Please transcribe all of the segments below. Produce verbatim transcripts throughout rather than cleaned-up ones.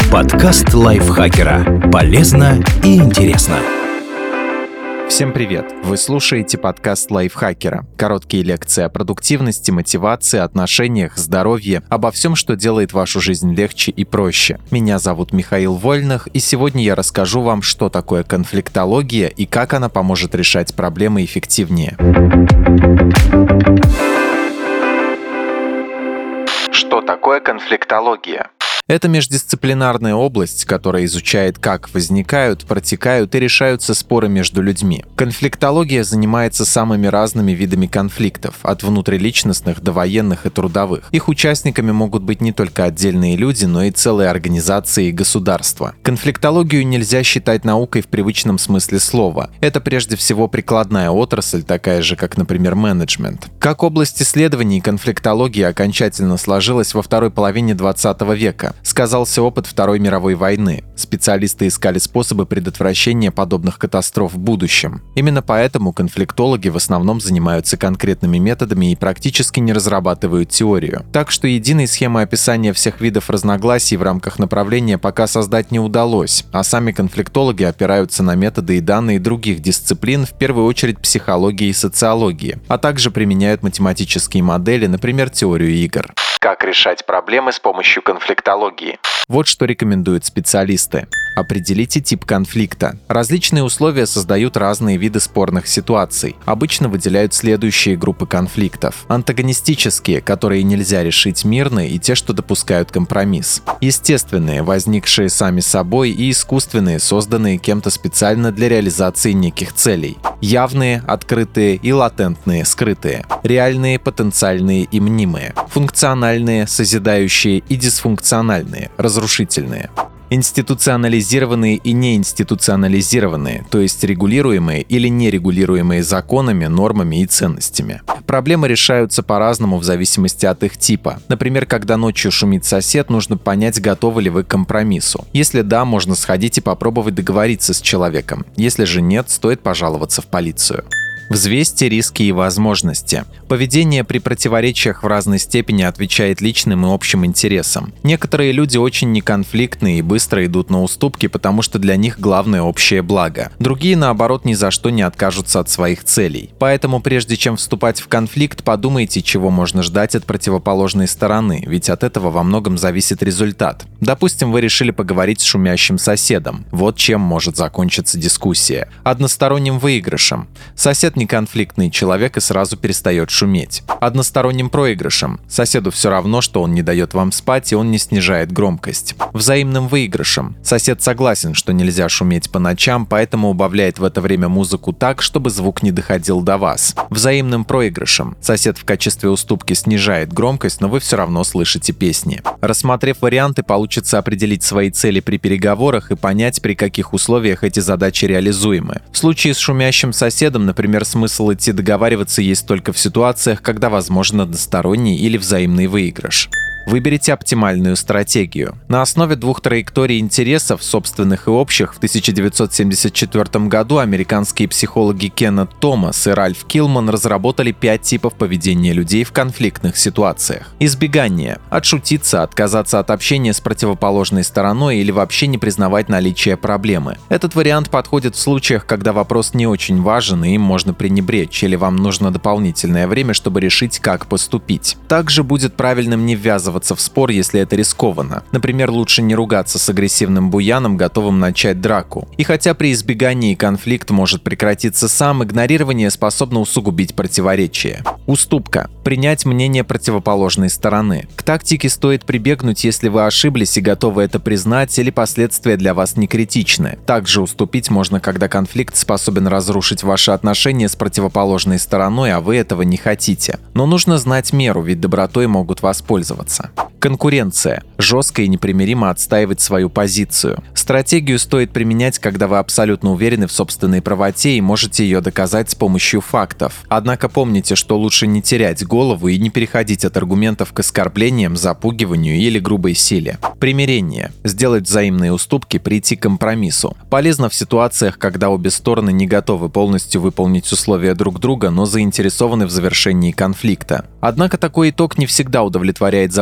Подкаст лайфхакера. Полезно и интересно. Всем привет! Вы слушаете подкаст лайфхакера. Короткие лекции о продуктивности, мотивации, отношениях, здоровье, обо всем, что делает вашу жизнь легче и проще. Меня зовут Михаил Вольных, и сегодня я расскажу вам, что такое конфликтология и как она поможет решать проблемы эффективнее. Что такое конфликтология? Это междисциплинарная область, которая изучает, как возникают, протекают и решаются споры между людьми. Конфликтология занимается самыми разными видами конфликтов, от внутриличностных до военных и трудовых. Их участниками могут быть не только отдельные люди, но и целые организации и государства. Конфликтологию нельзя считать наукой в привычном смысле слова. Это прежде всего прикладная отрасль, такая же, как, например, менеджмент. Как область исследований, конфликтология окончательно сложилась во второй половине двадцатого века. Сказался опыт Второй мировой войны. Специалисты искали способы предотвращения подобных катастроф в будущем. Именно поэтому конфликтологи в основном занимаются конкретными методами и практически не разрабатывают теорию. Так что единой схемы описания всех видов разногласий в рамках направления пока создать не удалось, а сами конфликтологи опираются на методы и данные других дисциплин, в первую очередь психологии и социологии, а также применяют математические модели, например, теорию игр. Как решать проблемы с помощью конфликтологии? Вот что рекомендуют специалисты. Определите тип конфликта. Различные условия создают разные виды спорных ситуаций. Обычно выделяют следующие группы конфликтов. Антагонистические, которые нельзя решить мирно, и те, что допускают компромисс. Естественные, возникшие сами собой, и искусственные, созданные кем-то специально для реализации неких целей. Явные, открытые и латентные, скрытые. Реальные, потенциальные и мнимые. Функциональные, созидающие и дисфункциональные, разрушительные. Институционализированные и неинституционализированные, то есть регулируемые или нерегулируемые законами, нормами и ценностями. Проблемы решаются по-разному в зависимости от их типа. Например, когда ночью шумит сосед, нужно понять, готовы ли вы к компромиссу. Если да, можно сходить и попробовать договориться с человеком. Если же нет, стоит пожаловаться в полицию. Взвесьте риски и возможности. Поведение при противоречиях в разной степени отвечает личным и общим интересам. Некоторые люди очень неконфликтные и быстро идут на уступки, потому что для них главное общее благо. Другие, наоборот, ни за что не откажутся от своих целей. Поэтому, прежде чем вступать в конфликт, подумайте, чего можно ждать от противоположной стороны, ведь от этого во многом зависит результат. Допустим, вы решили поговорить с шумящим соседом. Вот чем может закончиться дискуссия. Односторонним выигрышем. Сосед неконфликтный человек и сразу перестает шуметь. Односторонним проигрышем. Соседу все равно, что он не дает вам спать, и он не снижает громкость. Взаимным выигрышем. Сосед согласен, что нельзя шуметь по ночам, поэтому убавляет в это время музыку так, чтобы звук не доходил до вас. Взаимным проигрышем. Сосед в качестве уступки снижает громкость, но вы все равно слышите песни. Рассмотрев варианты, получится определить свои цели при переговорах и понять, при каких условиях эти задачи реализуемы. В случае с шумящим соседом, например, смысл идти договариваться есть только в ситуациях, когда возможен односторонний или взаимный выигрыш. Выберите оптимальную стратегию. На основе двух траекторий интересов, собственных и общих, в тысяча девятьсот семьдесят четвёртом году американские психологи Кеннет Томас и Ральф Килман разработали пять типов поведения людей в конфликтных ситуациях. Избегание – отшутиться, отказаться от общения с противоположной стороной или вообще не признавать наличие проблемы. Этот вариант подходит в случаях, когда вопрос не очень важен и им можно пренебречь, или вам нужно дополнительное время, чтобы решить, как поступить. Также будет правильным не ввязываться в спор, если это рискованно. Например, лучше не ругаться с агрессивным буяном, готовым начать драку. И хотя при избегании конфликт может прекратиться сам, игнорирование способно усугубить противоречие. Уступка. Принять мнение противоположной стороны. К тактике стоит прибегнуть, если вы ошиблись и готовы это признать, или последствия для вас не критичны. Также уступить можно, когда конфликт способен разрушить ваши отношения с противоположной стороной, а вы этого не хотите. Но нужно знать меру, ведь добротой могут воспользоваться. Конкуренция. Жестко и непримиримо отстаивать свою позицию. Стратегию стоит применять, когда вы абсолютно уверены в собственной правоте и можете ее доказать с помощью фактов. Однако помните, что лучше не терять голову и не переходить от аргументов к оскорблениям, запугиванию или грубой силе. Примирение. Сделать взаимные уступки, прийти к компромиссу. Полезно в ситуациях, когда обе стороны не готовы полностью выполнить условия друг друга, но заинтересованы в завершении конфликта. Однако такой итог не всегда удовлетворяет запугивание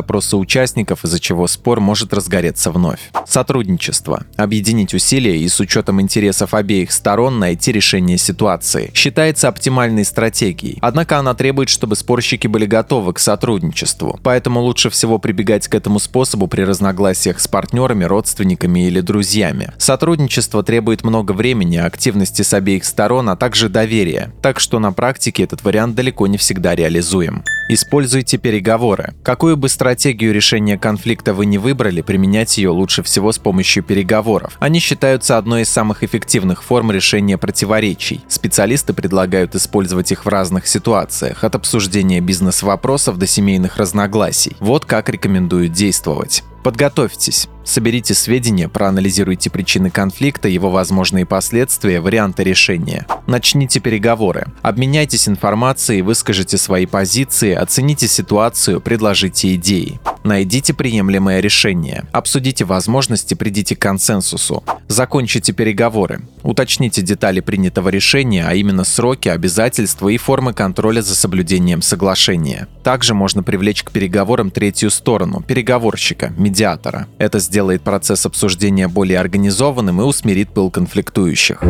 запросы участников, из-за чего спор может разгореться вновь. Сотрудничество. Объединить усилия и с учетом интересов обеих сторон найти решение ситуации. Считается оптимальной стратегией. Однако она требует, чтобы спорщики были готовы к сотрудничеству. Поэтому лучше всего прибегать к этому способу при разногласиях с партнерами, родственниками или друзьями. Сотрудничество требует много времени, активности с обеих сторон, а также доверия. Так что на практике этот вариант далеко не всегда реализуем. Используйте переговоры. Какую бы стратегию решения конфликта вы не выбрали, применять ее лучше всего с помощью переговоров. Они считаются одной из самых эффективных форм решения противоречий. Специалисты предлагают использовать их в разных ситуациях, от обсуждения бизнес-вопросов до семейных разногласий. Вот как рекомендуют действовать. Подготовьтесь. Соберите сведения, проанализируйте причины конфликта, его возможные последствия, варианты решения. Начните переговоры. Обменяйтесь информацией, выскажите свои позиции, оцените ситуацию, предложите идеи. Найдите приемлемое решение. Обсудите возможности, придите к консенсусу. Закончите переговоры. Уточните детали принятого решения, а именно сроки, обязательства и формы контроля за соблюдением соглашения. Также можно привлечь к переговорам третью сторону – переговорщика, медиатора. Это сделает процесс обсуждения более организованным и усмирит пыл конфликтующих.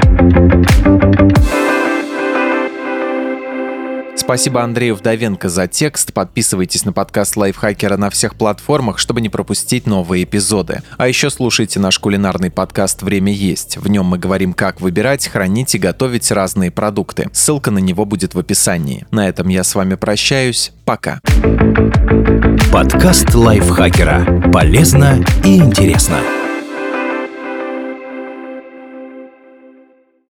Спасибо Андрею Вдовенко за текст. Подписывайтесь на подкаст Лайфхакера на всех платформах, чтобы не пропустить новые эпизоды. А еще слушайте наш кулинарный подкаст «Время есть». В нем мы говорим, как выбирать, хранить и готовить разные продукты. Ссылка на него будет в описании. На этом я с вами прощаюсь. Пока. Подкаст Лайфхакера. Полезно и интересно.